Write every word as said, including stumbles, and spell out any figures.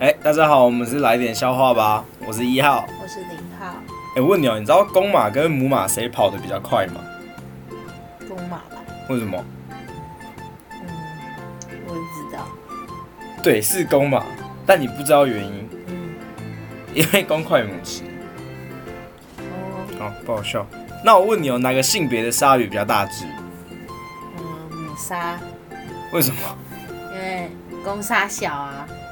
哎、大家好，我们是来点笑话吧，我是一号， 我是零号。 哎、我问你哦，你知道公马跟母马谁跑得比较快吗？ 公马吧？ 为什么？ 嗯，我也不知道。 对，是公马，但你不知道原因， 嗯， 因为公快母迟。 哦， 好，不好笑。那我问你哦，哪个性别的鲨鱼比较大只？ 嗯，母鲨， 为什么？ 因为公鲨小啊。